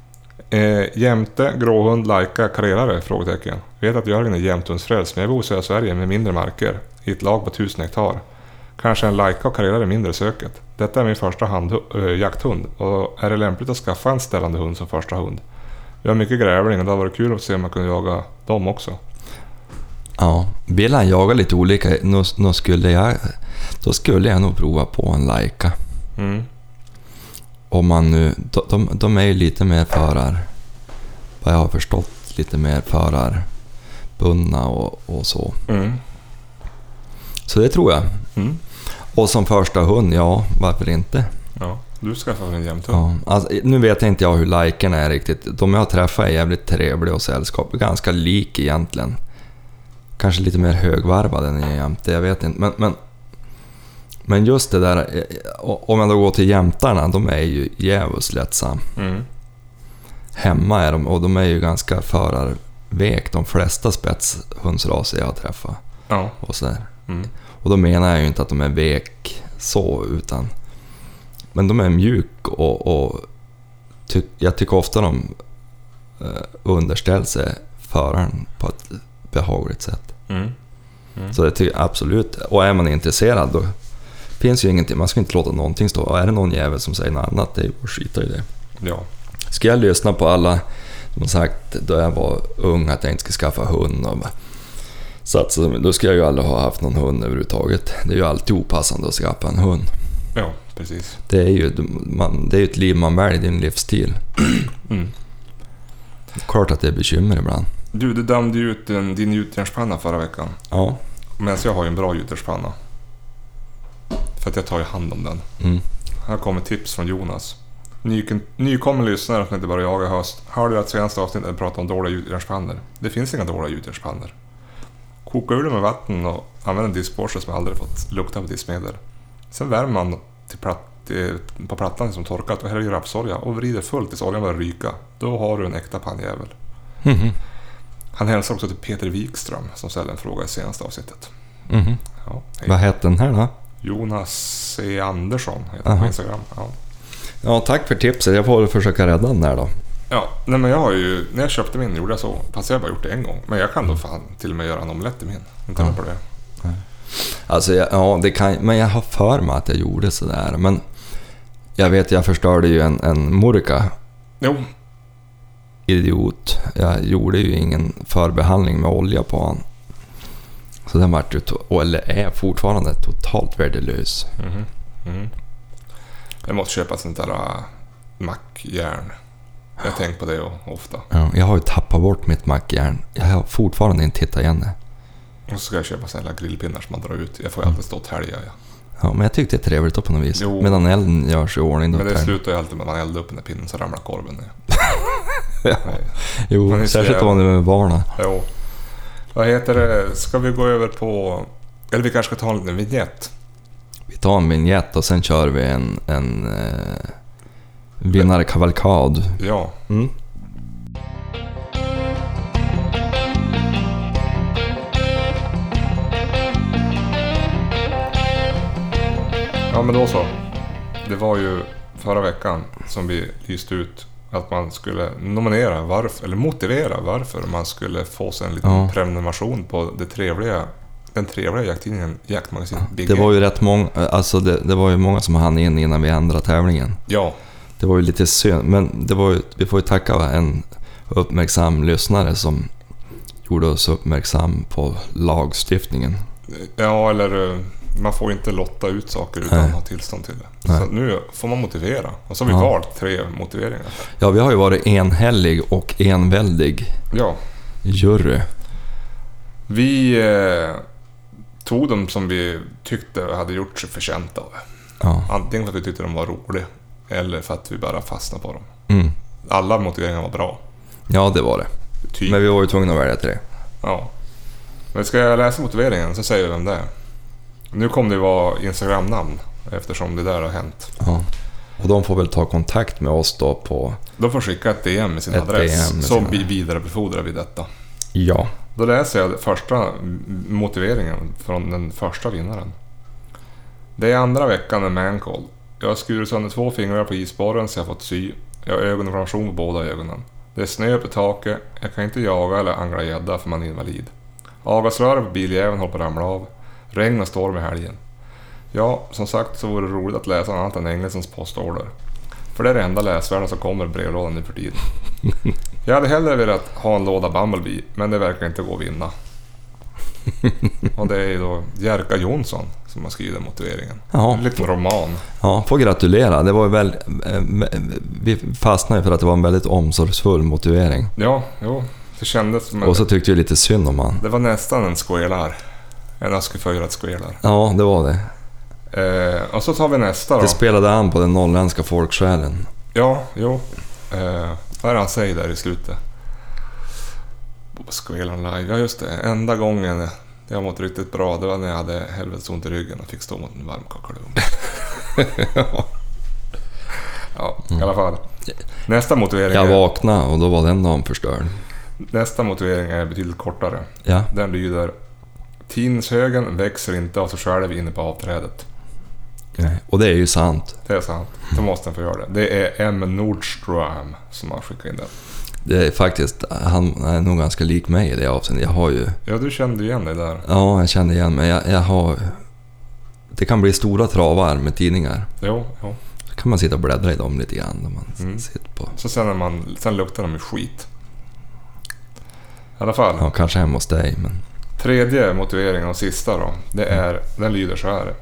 Eh, jämte, gråhund, lajka, karriärare? Frågetecken. Vet att Jörgen är jämthundsfrälst, men jag bor i södra Sverige med mindre marker. I ett lag på tusen hektar. Kanske en lajka och karriärare mindre söket. Detta är min första hand, äh, jakthund. Och är det lämpligt att skaffa en ställande hund som första hund? Jag har mycket grävling och det har varit kul att se om man kunde jaga dem också. Ja, vill han jaga lite olika, då skulle jag, då skulle jag nog prova på en lajka. Mm. Om man nu, de, de, de är ju lite mer förar, vad jag har förstått, lite mer förarbundna och, och så. Mm. Så det tror jag. Mm. Och som första hund, ja, varför inte? Ja, du skaffar en jämthund. Ja, alltså, nu vet jag inte jag hur likerna är riktigt. De jag har träffat är jävligt trevliga och sällskap. Ganska lik egentligen. Kanske lite mer högvarvade än jag jämte, jag vet inte. Men, men, men just det där, om jag då går till jämtarna, de är ju jävligt lättsam. Mm. Hemma är de, och de är ju ganska förarvek, de flesta spetshundsraser jag har träffat. Ja. Och, så där. Mm. Och då menar jag ju inte att de är vek så, utan men de är mjuk och, och ty, jag tycker ofta de uh, underställer sig föraren på ett behagligt sätt. Mm. Mm. Så det tycker jag absolut. Och är man intresserad, då finns ju ingenting, man ska inte låta någonting stå. Och är det någon jävel som säger något annat, det är ju att skita i det. Ja. Ska jag lyssna på alla som har sagt då jag var ung att jag inte ska skaffa hund och så att, då ska jag ju aldrig ha haft någon hund överhuvudtaget. Det är ju alltid opassande att skaffa en hund. Ja, precis. Det är ju man, det är ju ett liv man väljer, det är en livsstil. Mm. Klart att det är bekymmer ibland. Du, du dömde ju ut din, din gjutjärnspanna förra veckan. Ja. Men jag har ju en bra gjutjärnspanna. För att jag tar ju hand om den. Mm. Här kommer tips från Jonas. Ny, nykommen lyssnare som inte bara jagar höst. Hörde du att senaste avsnittet pratade om dåliga gjutjärnspannor? Det finns inga dåliga gjutjärnspannor. Koka ur dem med vatten och använd en diskborste som aldrig fått lukta på diskmedel. Sen värmer man till platt, till, på plattan som torkat och häller i rapsolja och vrider fullt tills oljan börjar ryka. Då har du en äkta pannjävel. Mm-hmm. Han hälsar också till Peter Wikström som ställde en fråga i senaste avsnittet. Mm-hmm. Ja, vad heter den här då? Jonas C. Andersson heter han på Instagram. Ja. Ja, tack för tipset. Jag får väl försöka rädda den här då. Ja, nej men jag har ju, när jag köpte min gjorde jag så. Fast jag har bara gjort det en gång. Men jag kan då fan till och med göra en omelett i min. Inte ja. På det. Nej. Alltså, jag, ja, det kan, men jag har för mig att jag gjorde sådär. Men jag vet, jag förstörde ju en, en Murica. Jo. Idiot. Jag gjorde ju ingen förbehandling med olja på han. Så den vart ju, to- eller är fortfarande totalt värdelös. Mm. Mm. Jag måste köpa sånt där uh, mackjärn. Jag har tänkt på det ofta. Ja, jag har ju tappat bort mitt mackjärn. Jag har fortfarande inte hittat igen det. Och så ska jag köpa sådana grillpinnar som man drar ut. Jag får ju alltid stå och tälja. Ja. Ja, men jag tyckte det är trevligt på något vis. Jo. Medan elden görs i ordning. Men det slutar ju alltid med att man eldar upp den där pinnen så ramlar korven ner. Ja. Jo, särskilt om det med barnen. Jo. Vad heter det? Ska vi gå över på... Eller vi kanske ska ta en liten vignett. Vi tar en vignett och sen kör vi en, en eh, vinnarkavalkad. Ja. Mm. Ja, men då så. Det var ju förra veckan som vi lyste ut att man skulle nominera varför, eller motivera varför man skulle få sig en liten ja. prenumeration på det trevliga, den trevliga jakttidningen Jaktmagasin Big Det Game. var ju rätt många, alltså det, det var ju många som hann in innan vi ändrade tävlingen. Ja. Det var ju lite synd, men det var ju, vi får ju tacka en uppmärksam lyssnare som gjorde oss uppmärksam på lagstiftningen. Ja, eller man får inte lotta ut saker utan Nej. att ha tillstånd till det. Nej. Så nu får man motivera. Och så har vi Ja. valt tre motiveringar. Ja, vi har ju varit enhällig och enväldig Ja. jury. Vi eh, tog dem som vi tyckte hade gjort sig förtjänta av. Ja. Antingen för att vi tyckte de var roliga eller för att vi bara fastnade på dem. Mm. Alla motiveringar var bra. Ja, det var det. Typ. Men vi var ju tvungna att välja tre. Ja. Men ska jag läsa motiveringen så säger vi vem det är. Nu kommer det vara Instagram-namn eftersom det där har hänt. Ja. Och de får väl ta kontakt med oss då på... De får skicka ett D M med sin Ett adress D M med så sina- vi vidarebefordrar vi detta. Ja. Då läser jag första motiveringen från den första vinnaren. Det är andra veckan med Mancall. Jag har skurit sönder två fingrar på isborren så jag har fått sy. Jag har ögoninflammation på båda ögonen. Det är snö på taket. Jag kan inte jaga eller angla gädda för man är invalid. Avgasröret på biljäveln håller på att ramla av. Regn och storm i helgen. Ja, som sagt så vore det roligt att läsa annat än Engelsens postorder. För det är det enda läsvärda som kommer i brevlådan nu för tiden. Jag hade hellre velat ha en låda Bumblebee, men det verkar inte gå att vinna. Och det är ju då Jerka Jonsson som har skrivit den motiveringen. Ja. En liten roman. Ja, får gratulera. Det var ju väl, vi fastnade ju för att det var en väldigt omsorgsfull motivering. Ja, jo. Det kändes som... Och så tyckte vi lite synd om han. Det var nästan en skålar. En askeföjrad skålar. Ja, det var det. Eh, och så tar vi nästa då. Det spelade an på den norrländska folksjälen. Ja, jo. Eh, vad är det han säger där i slutet? Skålan live. Ja, just det. Enda gången jag mått riktigt bra, det var när jag hade helvetes ont i ryggen och fick stå mot en varm kakelugn. ja. ja, i alla fall. Nästa motivering Jag är, vaknade och då var den dagen förstörd. nästa motivering är betydligt kortare. Ja. Den lyder: tidningshögen växer inte av sig själv inne på avträdet. Nej. Och det är ju sant. Det är sant. Då måste den få göra det. Det är M. Nordström som har skickat in den. Det är faktiskt, han är nog ganska lik mig i det avseendet. Jag har ju... Ja, du kände igen dig där. Ja, jag kände igen mig. Jag, jag har... Det kan bli stora travar med tidningar. Jo, jo. Så kan man sitta och bläddra i dem lite grann. När man Mm. sitter på... Så sen, när man, sen luktar de ju skit. I alla fall. Ja, kanske hemma hos dig, men... Tredje motiveringen och sista då. Det är, den lyder så här.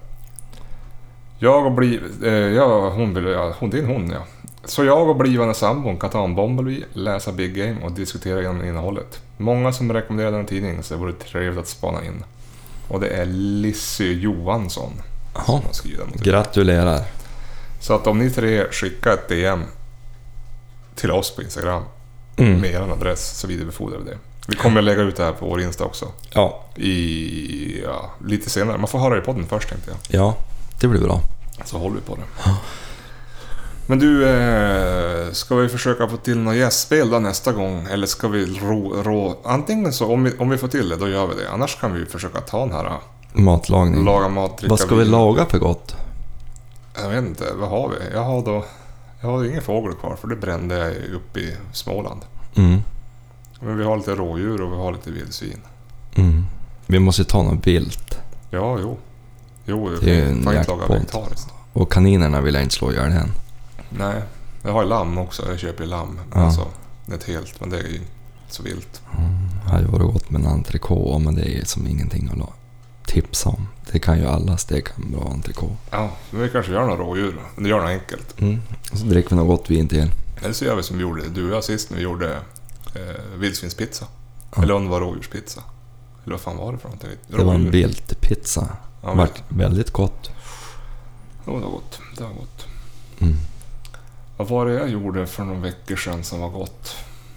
Jag och bliv... Eh, ja, hon vill... Ja, hon, det är en hon, ja. Så jag och blivande sambon kan ta en Bumblebee, läsa Big Game och diskutera igenom innehållet. Många som rekommenderar den tidningen, så det vore trevligt att spana in. Och det är Lissy Johansson Jaha. som har skrivit den. Gratulerar. Så att om ni tre skickar ett D M till oss på Instagram Mm. med er adress, så vidarebefordrar vi det. Vi kommer att lägga ut det här på vår Insta också. Ja. I, ja, lite senare. Man får höra det i podden först, tänkte jag. Ja, det blir bra. Så håller vi på det. Men du, eh, ska vi försöka få till något gästspel då nästa gång? Eller ska vi rå... rå antingen så, om vi, om vi får till det, då gör vi det. Annars kan vi försöka ta den här... Matlagning. Laga mat, dricka Vad ska vi vin. laga för gott? Jag vet inte, vad har vi? Jag har då... Jag har ingen fågel kvar, för det brände jag upp i Småland. Mm. Men vi har lite rådjur och vi har lite vildsvin. Mm. Vi måste ta något vilt. Ja, jo. Jo, vi Det är kan en inte laga jackpot. vegetariskt. Och kaninerna vill jag inte slå ihjäl än. Nej, jag har ju lamm också. Jag köper ju lamm. Ja. Alltså, ett helt, men det är ju inte så vilt. Mm. Det hade varit gott med en entrecote, men det är som ingenting att la- tipsa om. Det kan ju alla steka en bra entrecote. Ja, men vi kanske gör några rådjur. Men det gör något enkelt. Mm. Och så dricker vi något gott vin till. Eller så gör vi som vi gjorde, du och jag sist när vi gjorde eh, vildsvinspizza. Ja. Eller om det var rådjurspizza. Eller vad fan var det för någonting? Det var en viltpizza. Ja, Det var väldigt gott. det var gott. Det var gott. Mm. Vad var det jag gjorde för några veckor sedan som var gott?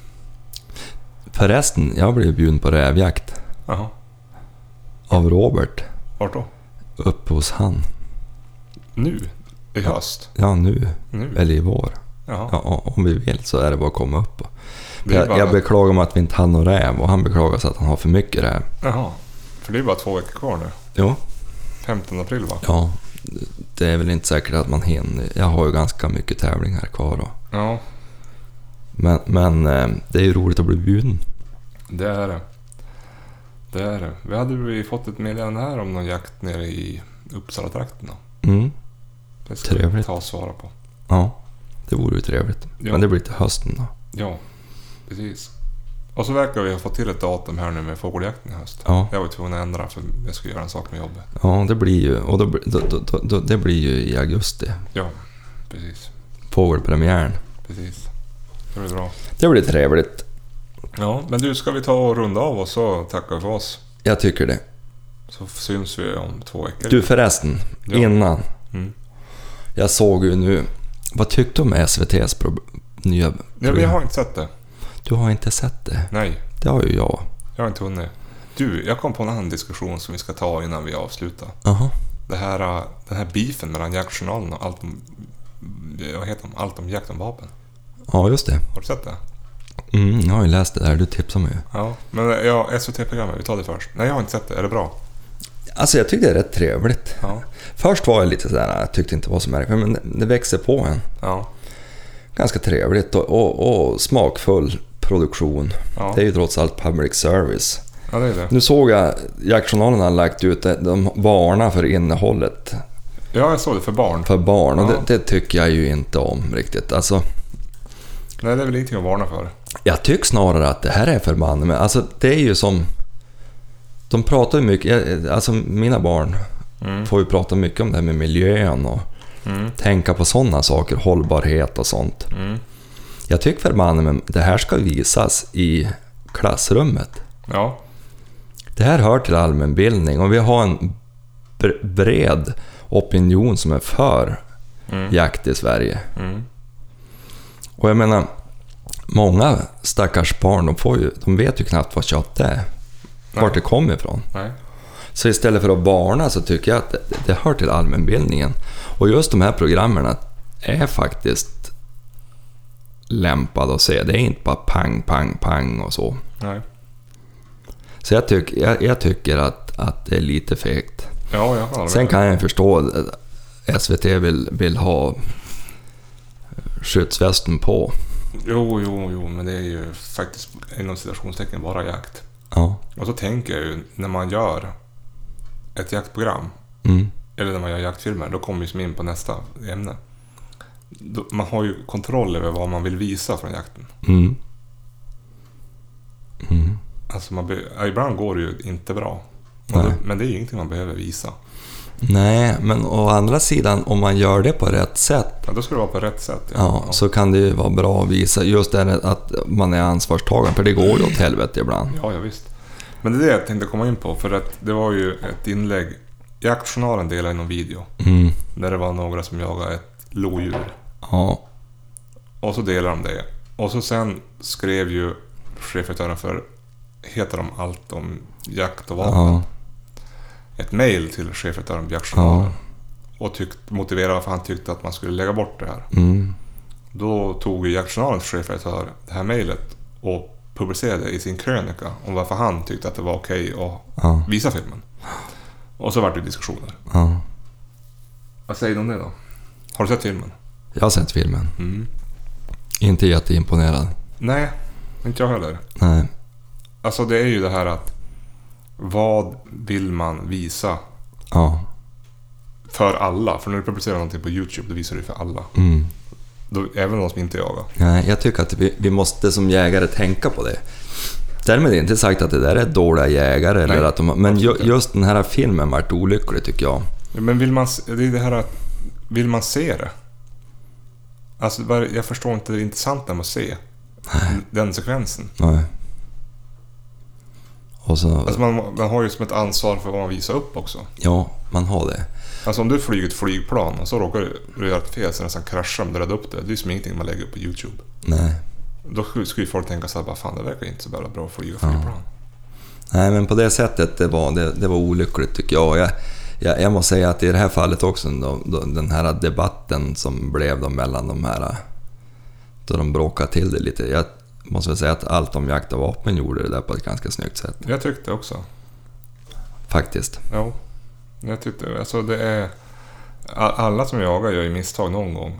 Förresten, jag blev bjuden på rävjakt Jaha. av Robert. Vart då? Uppe hos han. Nu? I höst? Ja, nu. Nu? Eller i vår. Jaha. Ja, om vi vill så är det bara att komma upp. Det är Jag, bara... jag beklagar mig att vi inte har någon räv och han beklagar sig att han har för mycket räv. Jaha. För det är bara två veckor kvar nu. Jo, femtonde april, va? ja. Det är väl inte säkert att man hinner. Jag har ju ganska mycket tävlingar kvar då. Ja, Men, men eh, det är ju roligt att bli bjuden. det är det. Det är det. Vi hade ju fått ett meddelande här om någon jakt nere i Uppsala-trakten då. Mm. Det ska vi Trevligt. ta och svara på. Ja, det vore ju trevligt. Ja. Men det blir till hösten då. Ja, precis. Och så verkar vi ha fått till ett datum här nu med fågeljakten i höst. Ja, Jag var tvungen att ändra för jag skulle göra en sak med jobbet. ja det blir ju. Och då, då, då, då, då, det blir ju i augusti. Ja, precis. Fågelpremiären. Precis. Det blir bra. Det blir trevligt. Ja, men du, ska vi ta och runda av och så tacka för oss. Jag tycker det. Så syns vi om två veckor. Du förresten, Ja. innan. Mm. Jag såg ju nu. Vad tyckte du om S V T:s pro- nya program? Ja, men jag har inte sett det. Du har inte sett det? Nej, Det har ju jag. jag har inte hunnit. Du, jag kom på en annan diskussion som vi ska ta innan vi avslutar. Aha. Det här, äh, den här beefen mellan jaktjournalen och allt om, vad heter de? Allt om jakt om vapen. Ja, just det. Har du sett det? Mm, jag har ju läst det där. Du tipsade mig ju. Ja, men ja, S V T-programmet, vi tar det först. Nej, jag har inte sett det. Är det bra? Alltså jag tyckte det är rätt trevligt. Ja. Först var jag lite sådär, jag tyckte inte det var så märkligt, men det, det växer på en. Ja. Ganska trevligt och, och, och smakfull produktion. Ja. Det är ju trots allt public service. Ja, det är det. Nu såg jag jaktjournalen har lagt ut det, de varnar för innehållet Ja, jag såg det för barn. för barn och Ja. det, det tycker jag ju inte om riktigt. Alltså, Nej, det är väl ingenting att varna för. jag tycker snarare att det här är för man, men alltså det är ju som de pratar ju mycket, alltså mina barn Mm. får ju prata mycket om det här med miljön och Mm. tänka på sådana saker, hållbarhet och sånt. Mm. Jag tycker för mannen, men det här ska visas i klassrummet. Ja. Det här hör till allmänbildning och vi har en bre- bred opinion som är för Mm. jakt i Sverige. Mm. Och jag menar, många stackars barn, de, får ju, de vet ju knappt vad kött är. Nej. Vart det kommer ifrån. Nej. Så istället för att varna så tycker jag att det, det hör till allmänbildningen. Och just de här programmen är faktiskt lämpade att se. Det är inte bara pang, pang, pang och så. Nej. Så jag, tyck, jag, jag tycker att, att det är lite fegt. Ja, jag har Sen kan jag förstå att S V T vill, vill ha skyddsvästen på. Jo, jo, jo, men det är ju faktiskt inom citationstecken bara jakt. Ja. Och så tänker jag ju, när man gör ett jaktprogram, Mm. eller när man gör jaktfilmer, då kommer vi som in på nästa ämne. Då, man har ju kontroll över vad man vill visa från jakten. Mm. Mm. Alltså man be- ja, ibland går det ju inte bra. Och Nej. det, men det är ju ingenting man behöver visa. Nej, men å andra sidan, om man gör det på rätt sätt, Ja, då ska det vara på rätt sätt. ja, så kan det ju vara bra att visa just det att man är ansvarstagande, för det går ju åt helvete ibland. Ja, ja, visst. Men det är det jag tänkte komma in på, för att det var ju ett inlägg, Jaktjournalen delade i någon video, Mm. där det var några som jagade ett lodjur. Ja. Och så delade de det. Och så sen skrev ju chefredaktören för, heter de allt om jakt och vapen, Ja. ett mejl till chefredaktören på Jaktjournalen. Ja. Och tyckt, motiverade varför han tyckte att man skulle lägga bort det här. Mm. Då tog ju Jaktjournalens chefredaktör det här mejlet och publicerade i sin krönika om varför han tyckte att det var okej att Ja. visa filmen. Och så vart det diskussioner. Ja. Vad säger du om det då? Har du sett filmen? Jag har sett filmen. Mm. Inte jätteimponerad. Nej, inte jag heller. Nej. Alltså det är ju det här att vad vill man visa Ja. för alla? För när du publicerar någonting på YouTube, då visar du för alla. Mm. Då, även de som inte jagar. Nej, jag tycker att vi, vi måste som jägare tänka på det. Därmed är det inte sagt att det där är dåliga jägare. Eller Nej, att de, men ju, absolut inte. just den här filmen vart olycklig tycker jag. Men vill man, det är det här att, vill man se det? Alltså vad- jag förstår inte det intressanta med att se den sekvensen. Nej. Och så, Alltså man, man har ju som ett ansvar för vad man visar upp också. ja, man har det. Alltså om du flyger ett flygplan och så råkar du göra ett fel så nästan kraschar men du räddar upp det. Det är ju som ingenting man lägger upp på YouTube. Nej. Då skulle ju folk tänka så här, bara fan det verkar inte så bra bra att flyga flygplan. Nej, men på det sättet det var, det, det var olyckligt tycker jag. Jag, jag. Jag måste säga att i det här fallet också, då, då, den här debatten som blev då mellan de här, då de bråkade till det lite. Jag måste väl säga att allt om jakt och vapen gjorde det där på ett ganska snyggt sätt. Jag tyckte också. Faktiskt. Ja, jag tyckte alltså det är alla som jagar gör ju misstag någon gång.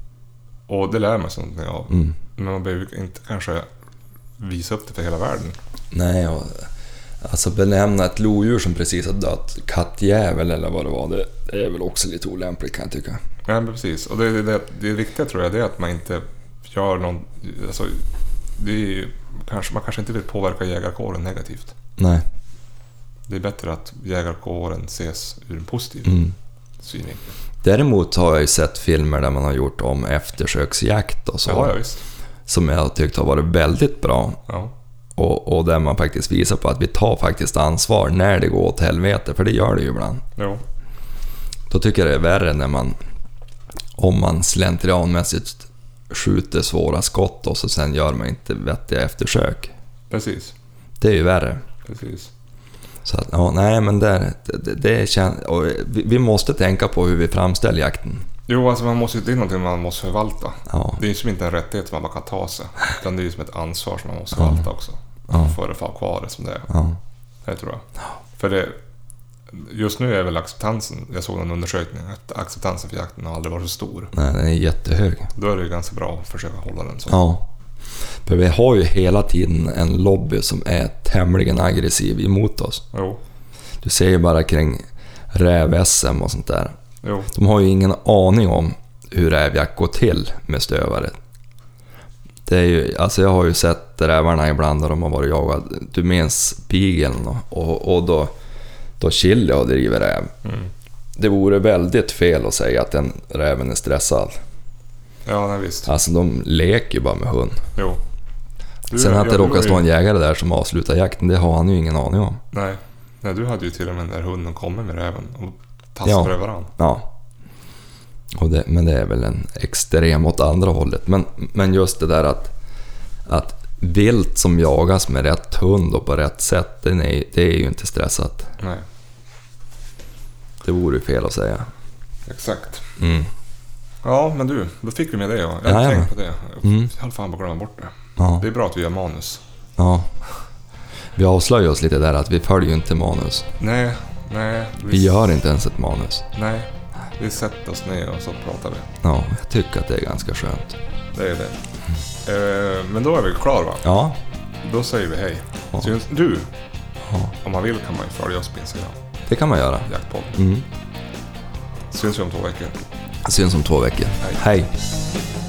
Och det lär man sig någonting av. Mm. Men man behöver inte kanske visa upp det för hela världen. Nej, och, alltså benämna ett lodjur som precis har dött, kattjävel eller vad det var, det, det är väl också lite olämpligt kan jag tycka. Ja, men precis. Och det, det, det, det viktiga tror jag det är att man inte gör någon... Alltså, det är ju, kanske, man kanske inte vill påverka jägarkåren negativt. Nej. Det är bättre att jägarkåren ses ur en positiv Mm. synvinkel. Däremot har jag ju sett filmer där man har gjort om eftersöksjakt och så. Ja, ja, visst. Som jag tyckt har varit väldigt bra. Ja. Och, och där man faktiskt visar på att vi tar faktiskt ansvar när det går åt helvete. För det gör det ju ibland. Jo. Då tycker jag det är värre när man, om man slentrianmässigt skjuter svåra skott och så sen gör man inte vettiga eftersök. Precis. Det är ju värre. Precis. Så att, ja, nej men där, det, det kän, och vi, vi måste tänka på hur vi framställer jakten. Jo, alltså man måste, det är någonting man måste förvalta. Ja. Det är ju som inte en rättighet som man bara kan ta sig. Utan det är ju som ett ansvar som man måste Ja. förvalta också. Ja. För att få ha kvar det som det är. Ja. Det tror jag. För det, just nu är väl acceptansen, jag såg en undersökning, att acceptansen för jakten har aldrig varit så stor. Nej, den är jättehög. Då är det ju ganska bra att försöka hålla den så. Ja. För vi har ju hela tiden en lobby som är tämligen aggressiv emot oss. Jo. Du ser ju bara kring räv-S M och sånt där. Jo. De har ju ingen aning om hur rävjakt går till med stövare. Det är ju, alltså jag har ju sett rävarna ibland när de har varit jagade. Du minns pigeln och, och då, då Chile har drivit räv. Mm. Det vore väldigt fel att säga att den räven är stressad. Ja, nej, visst. Alltså de leker ju bara med hund. Jo. Du, Sen att det ja, råkar ju... stå en jägare där som avslutar jakten, det har han ju ingen aning om. Nej, nej du hade ju till och med när hunden kommer med räven och tassade Ja. över varandra. Ja. Och det, men det är väl en extrem åt andra hållet. Men, men just det där att, att vilt som jagas med rätt hund och på rätt sätt, det är, det är ju inte stressat. Nej. Det vore ju fel att säga. Exakt. Mm. Ja, men du, då fick vi med det. Ja. Jag Ja, har ja. tänkt på det. Jag Mm. höll fan på att glömma bort det. Ja. Det är bra att vi gör manus. Ja. Vi avslöjar oss lite där att vi följer ju inte manus. Nej, nej. Vi gör inte ens ett manus. Nej, vi sätter oss ner och så pratar vi. Ja, jag tycker att det är ganska skönt. Det är det. Eh, men då är vi klara, va? Ja. Då säger vi hej. Ja. Syns du? Ja. Om man vill kan man ju följa oss på Instagram. Det kan man göra. Jaktpodd. Mm. Syns vi om två veckor. Syns om två veckor. Hej. Hej.